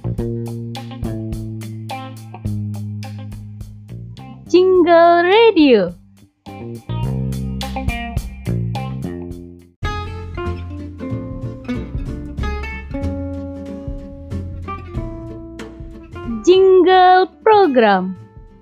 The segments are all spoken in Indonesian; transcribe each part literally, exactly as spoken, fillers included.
Jingle Radio. Jingle Program.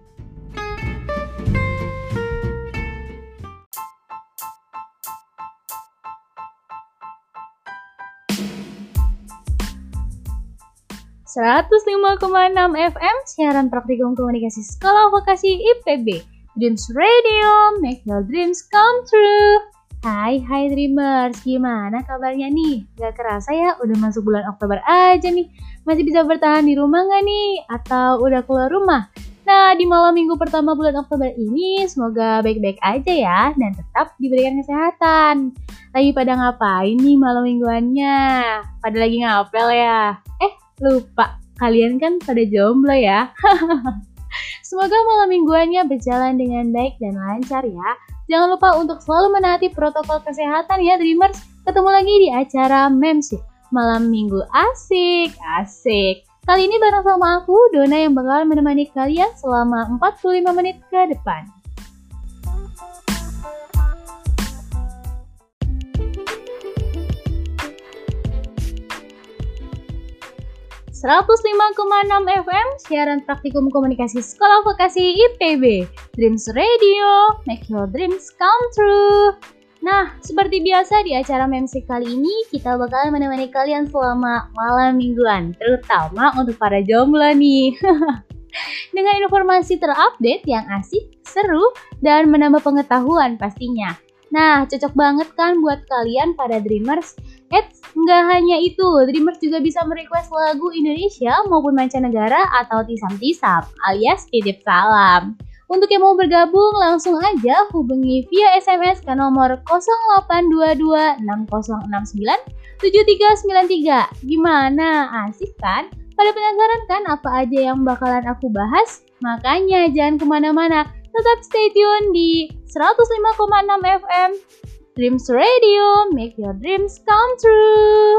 seratus lima koma enam F M siaran praktikum komunikasi Sekolah Vokasi I P B. Dreams Radio, make your dreams come true. Hai hai Dreamers, gimana kabarnya nih? Gak kerasa ya udah masuk bulan Oktober aja nih. Masih bisa bertahan di rumah gak nih? Atau udah keluar rumah? Nah, di malam minggu pertama bulan Oktober ini semoga baik-baik aja ya dan tetap diberikan kesehatan. Lagi pada ngapain nih malam mingguannya? Pada lagi ngapel ya? Eh, lupa, kalian kan pada jomblo ya. Semoga malam mingguannya berjalan dengan baik dan lancar ya. Jangan lupa untuk selalu menaati protokol kesehatan ya Dreamers. Ketemu lagi di acara Memsik, malam minggu asik, asik. Kali ini bareng sama aku, Dona, yang bakal menemani kalian selama empat puluh lima menit ke depan. seratus lima koma enam F M siaran praktikum komunikasi Sekolah Vokasi I P B. Dreams Radio, make your dreams come true. Nah, seperti biasa di acara Memsik kali ini kita bakal menemani kalian selama malam mingguan, terutama untuk para jomblo nih. Dengan informasi terupdate yang asik, seru, dan menambah pengetahuan pastinya. Nah, cocok banget kan buat kalian para Dreamers? Eits, nggak hanya itu, Dreamers juga bisa merequest lagu Indonesia maupun mancanegara atau tisam-tisam alias titip salam. Untuk yang mau bergabung, langsung aja hubungi via S M S ke nomor nol delapan dua dua enam nol enam sembilan tujuh tiga sembilan tiga. Gimana? Asik kan? Pada penasaran kan apa aja yang bakalan aku bahas? Makanya jangan kemana-mana, tetap stay tune di seratus lima koma enam F M Dreams Radio, make your dreams come true.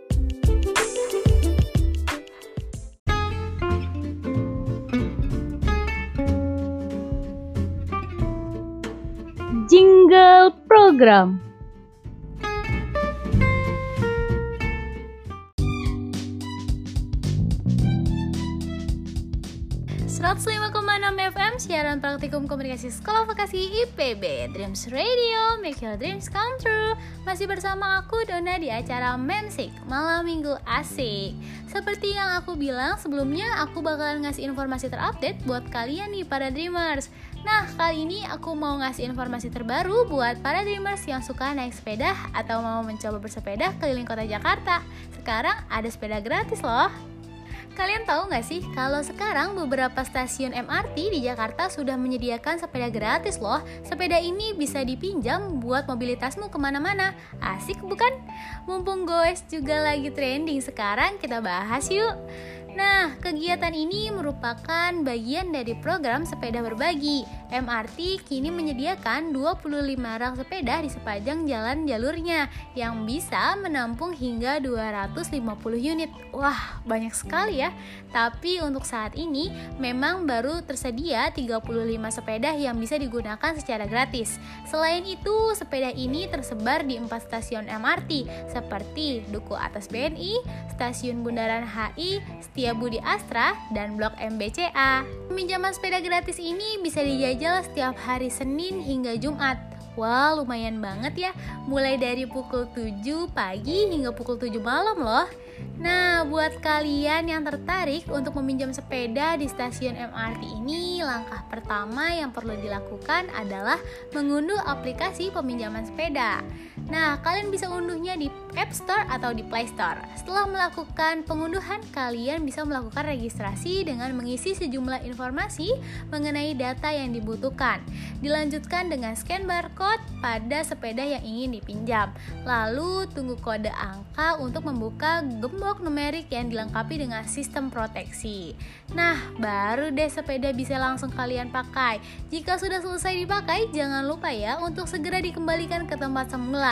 Jingle Program. seratus lima koma enam F M siaran praktikum komunikasi Sekolah Vokasi I P B. Dreams Radio, make your dreams come true. Masih bersama aku Dona di acara Memsik, malam minggu asik. Seperti yang aku bilang sebelumnya, aku bakalan ngasih informasi terupdate buat kalian nih para Dreamers. Nah, kali ini aku mau ngasih informasi terbaru buat para Dreamers yang suka naik sepeda atau mau mencoba bersepeda keliling kota Jakarta. Sekarang ada sepeda gratis loh. Kalian tahu nggak sih kalau sekarang beberapa stasiun M R T di Jakarta sudah menyediakan sepeda gratis loh. Sepeda ini bisa dipinjam buat mobilitasmu kemana-mana. Asik bukan? Mumpung goes juga lagi trending sekarang, kita bahas yuk. Nah, kegiatan ini merupakan bagian dari program Sepeda Berbagi. M R T kini menyediakan dua puluh lima rak sepeda di sepanjang jalan jalurnya yang bisa menampung hingga dua ratus lima puluh unit. Wah, banyak sekali ya. Tapi untuk saat ini memang baru tersedia tiga puluh lima sepeda yang bisa digunakan secara gratis. Selain itu, sepeda ini tersebar di empat stasiun M R T seperti Duku Atas B N I, Stasiun Bundaran H I, Setiabudi Astra, dan Blok M B C A. Peminjaman sepeda gratis ini bisa dijajal setiap hari Senin hingga Jumat. Wah, lumayan banget ya, mulai dari pukul tujuh pagi hingga pukul tujuh malam loh. Nah, buat kalian yang tertarik untuk meminjam sepeda di stasiun M R T ini, langkah pertama yang perlu dilakukan adalah mengunduh aplikasi peminjaman sepeda. Nah, kalian bisa unduhnya di App Store atau di Play Store. Setelah melakukan pengunduhan, kalian bisa melakukan registrasi dengan mengisi sejumlah informasi mengenai data yang dibutuhkan. Dilanjutkan dengan scan barcode pada sepeda yang ingin dipinjam. Lalu tunggu kode angka untuk membuka gembok numerik yang dilengkapi dengan sistem proteksi. Nah, baru deh sepeda bisa langsung kalian pakai. Jika sudah selesai dipakai, jangan lupa ya untuk segera dikembalikan ke tempat semula.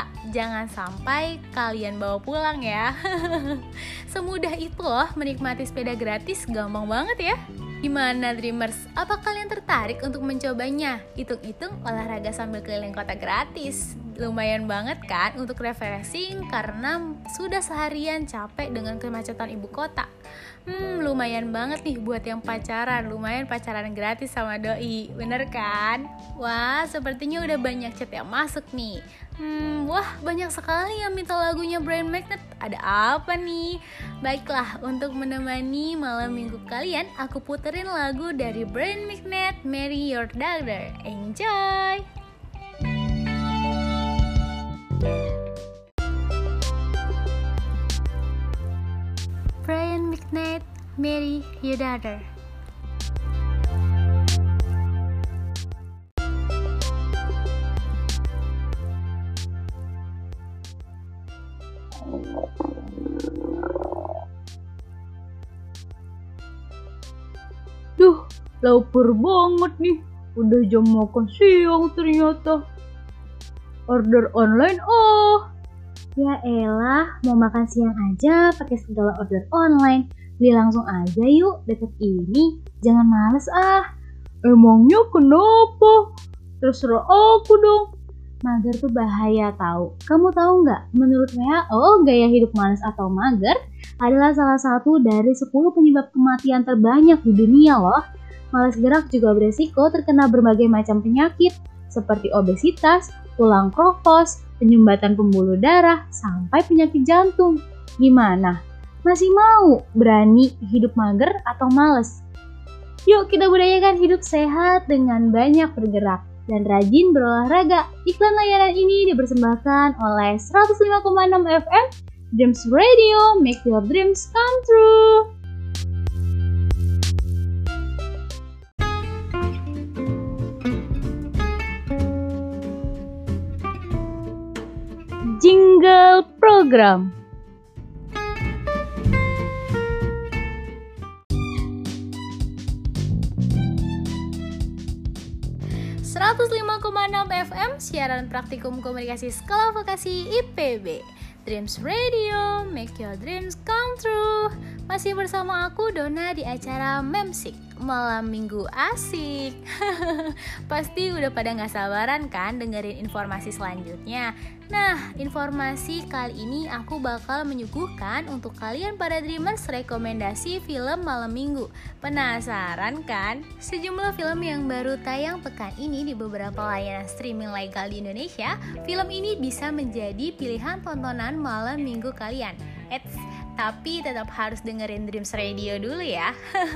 Jangan sampai kalian bawa pulang ya. Semudah itu loh menikmati sepeda gratis, gampang banget ya. Gimana Dreamers? Apa kalian tertarik untuk mencobanya? Hitung-hitung olahraga sambil keliling kota gratis. Lumayan banget kan untuk refreshing karena sudah seharian capek dengan kemacetan ibu kota. Hmm, lumayan banget nih buat yang pacaran. Lumayan pacaran gratis sama doi, bener kan? Wah, sepertinya udah banyak chat yang masuk nih. Hmm, wah banyak sekali yang minta lagunya Brain Magnet. Ada apa nih? Baiklah, untuk menemani malam minggu kalian, aku puterin lagu dari Brain Magnet, Marry Your Daughter. Enjoy! Brain Magnet, Marry Your Daughter. Duh, lapar banget nih. Udah jam makan siang ternyata. Order online oh. Ya elah, mau makan siang aja pakai segala order online. Beli langsung aja yuk, deket ini. Jangan males ah. Emangnya kenapa? Terserah aku dong. Mager tuh bahaya tahu. Kamu tahu nggak? Menurut W H O, gaya hidup malas atau mager adalah salah satu dari sepuluh penyebab kematian terbanyak di dunia loh. Malas gerak juga beresiko terkena berbagai macam penyakit seperti obesitas, tulang krokos, penyumbatan pembuluh darah, sampai penyakit jantung. Gimana? Masih mau berani hidup mager atau males? Yuk kita budayakan hidup sehat dengan banyak bergerak dan rajin berolahraga. Iklan layanan ini dipersembahkan oleh seratus lima koma enam F M Dreams Radio, make your dreams come true. Jingle program. seratus lima koma enam F M, siaran praktikum komunikasi Sekolah Vokasi I P B. Dreams Radio, make your dreams come true. Masih bersama aku Dona di acara Memsik, malam minggu asik. Pasti udah pada gak sabaran kan dengerin informasi selanjutnya. Nah, informasi kali ini aku bakal menyuguhkan untuk kalian para Dreamers rekomendasi film malam minggu. Penasaran kan? Sejumlah film yang baru tayang pekan ini di beberapa layanan streaming legal di Indonesia. Film ini bisa menjadi pilihan tontonan malam minggu kalian. Eits, tapi tetap harus dengerin Dreams Radio dulu ya.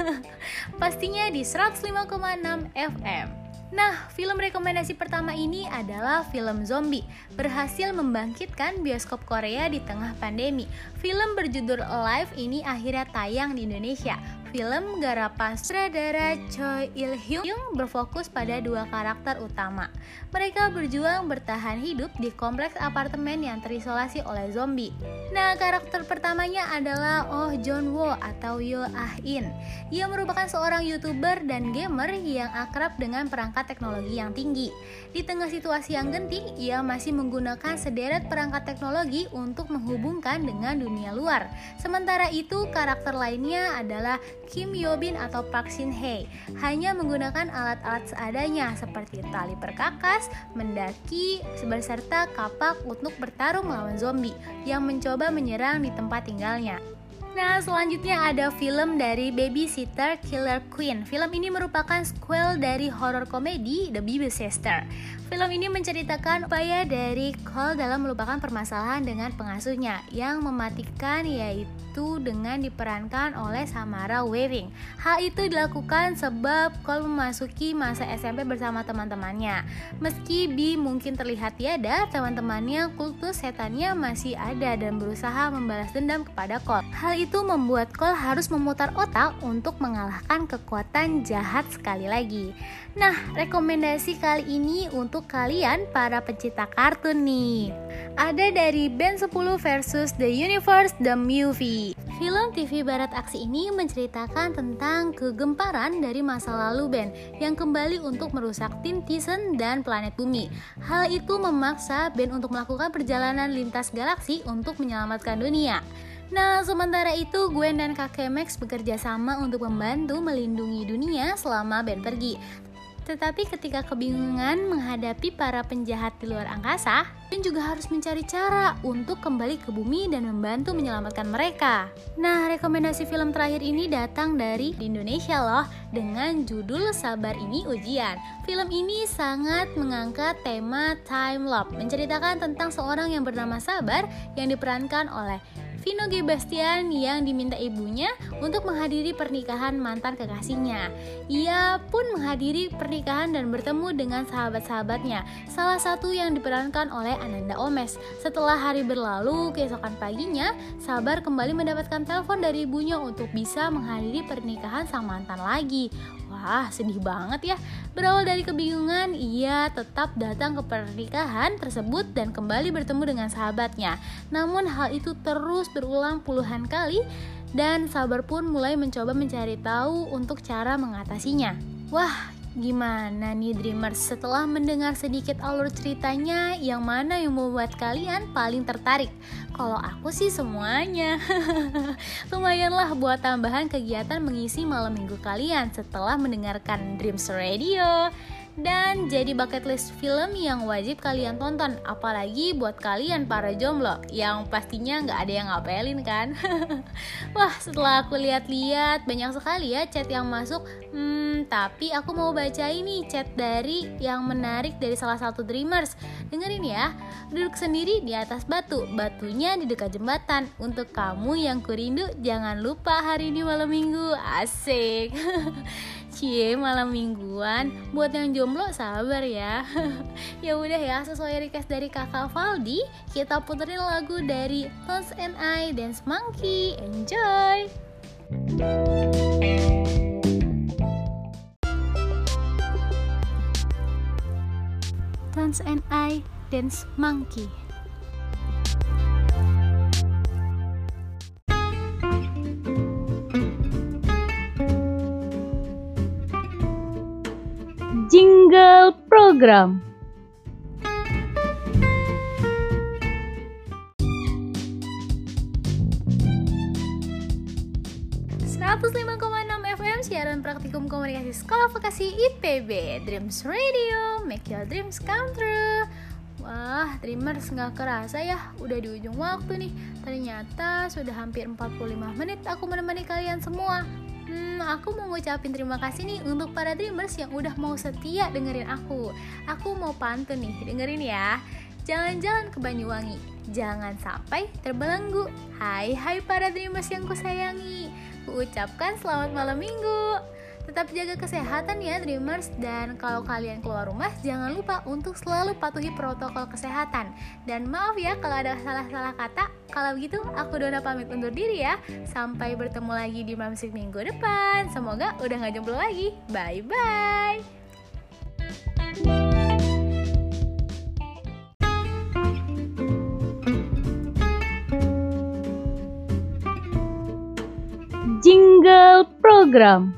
Pastinya di seratus lima koma enam F M. Nah, film rekomendasi pertama ini adalah film zombie. Berhasil membangkitkan bioskop Korea di tengah pandemi. Film berjudul Alive ini akhirnya tayang di Indonesia. Film garapan sutradara Choi Il Hyung berfokus pada dua karakter utama. Mereka berjuang bertahan hidup di kompleks apartemen yang terisolasi oleh zombie. Nah, karakter pertamanya adalah Oh Jon Woo atau Yo Ah In. Ia merupakan seorang YouTuber dan gamer yang akrab dengan perangkat teknologi yang tinggi. Di tengah situasi yang genting, ia masih menggunakan sederet perangkat teknologi untuk menghubungkan dengan dunia luar. Sementara itu, karakter lainnya adalah Kim Yo Bin atau Park Shin Hye, hanya menggunakan alat-alat seadanya seperti tali perkakas, mendaki, beserta kapak untuk bertarung melawan zombie yang mencoba menyerang di tempat tinggalnya. Nah, selanjutnya ada film dari Babysitter Killer Queen. Film ini merupakan sequel dari horor komedi The Babysitter. Film ini menceritakan upaya dari Cole dalam melupakan permasalahan dengan pengasuhnya yang mematikan, yaitu dengan diperankan oleh Samara Weaving. Hal itu dilakukan sebab Cole memasuki masa S M P bersama teman-temannya. Meski Bi mungkin terlihat tiada, teman-temannya kultus setannya masih ada dan berusaha membalas dendam kepada Cole. Hal itu membuat Cole harus memutar otak untuk mengalahkan kekuatan jahat sekali lagi. Nah, rekomendasi kali ini untuk kalian para pecinta kartun nih. Ada dari Ben sepuluh versus The Universe The Movie. Film T V Barat Aksi ini menceritakan tentang kegemparan dari masa lalu Ben yang kembali untuk merusak tim Tyson dan planet bumi. Hal itu memaksa Ben untuk melakukan perjalanan lintas galaksi untuk menyelamatkan dunia. Nah, sementara itu Gwen dan kakek Max bekerja sama untuk membantu melindungi dunia selama Ben pergi. Tetapi ketika kebingungan menghadapi para penjahat di luar angkasa, Ben juga harus mencari cara untuk kembali ke bumi dan membantu menyelamatkan mereka. Nah, rekomendasi film terakhir ini datang dari Indonesia loh, dengan judul Sabar Ini Ujian. Film ini sangat mengangkat tema time loop, menceritakan tentang seorang yang bernama Sabar yang diperankan oleh Vino G. Bastian yang diminta ibunya untuk menghadiri pernikahan mantan kekasihnya. Ia pun menghadiri pernikahan dan bertemu dengan sahabat-sahabatnya, salah satu yang diperankan oleh Ananda Omes. Setelah hari berlalu, keesokan paginya, Sabar kembali mendapatkan telepon dari ibunya untuk bisa menghadiri pernikahan sang mantan lagi. Wah, sedih banget ya. Berawal dari kebingungan, ia tetap datang ke pernikahan tersebut dan kembali bertemu dengan sahabatnya. Namun hal itu terus berulang puluhan kali dan Sabar pun mulai mencoba mencari tahu untuk cara mengatasinya. Wah, gimana nih Dreamers, setelah mendengar sedikit alur ceritanya, yang mana yang membuat kalian paling tertarik? Kalau aku sih semuanya. Lumayanlah buat tambahan kegiatan mengisi malam minggu kalian setelah mendengarkan Dreams Radio. Dan jadi bucket list film yang wajib kalian tonton, apalagi buat kalian para jomblo yang pastinya nggak ada yang ngapelin kan. Wah, setelah aku lihat-lihat banyak sekali ya chat yang masuk. Hmm, tapi aku mau baca ini chat dari yang menarik dari salah satu Dreamers. Dengerin ya. Duduk sendiri di atas batu, batunya di dekat jembatan. Untuk kamu yang kurindu, jangan lupa hari ini malam minggu. Asik. Cie, malam mingguan. Buat yang jomblo sabar ya. Ya udah ya, sesuai request dari Kakak Valdi, kita puterin lagu dari Tones and I, Dance Monkey. Enjoy. Tones and I, Dance Monkey. Jingle program. seratus lima koma enam F M siaran praktikum komunikasi Sekolah Vokasi I P B, Dreams Radio, make your dreams come true. Wah, Dreamers, gak kerasa ya, udah di ujung waktu nih. Ternyata sudah hampir empat puluh lima menit aku menemani kalian semua. Hmm, aku mau ngucapin terima kasih nih untuk para Dreamers yang udah mau setia dengerin aku. Aku mau pantun nih, dengerin ya. Jalan-jalan ke Banyuwangi, jangan sampai terbelenggu. Hai hai para Dreamers yang kusayangi, kuucapkan selamat malam minggu. Tetap jaga kesehatan ya Dreamers, dan kalau kalian keluar rumah jangan lupa untuk selalu patuhi protokol kesehatan. Dan maaf ya kalau ada salah-salah kata. Kalau begitu aku Dona pamit undur diri ya. Sampai bertemu lagi di Mamsik minggu depan. Semoga udah gak jomblo lagi. Bye bye. Jingle program.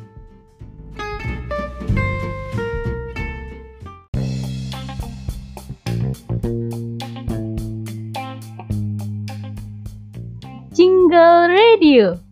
Jingle Radio.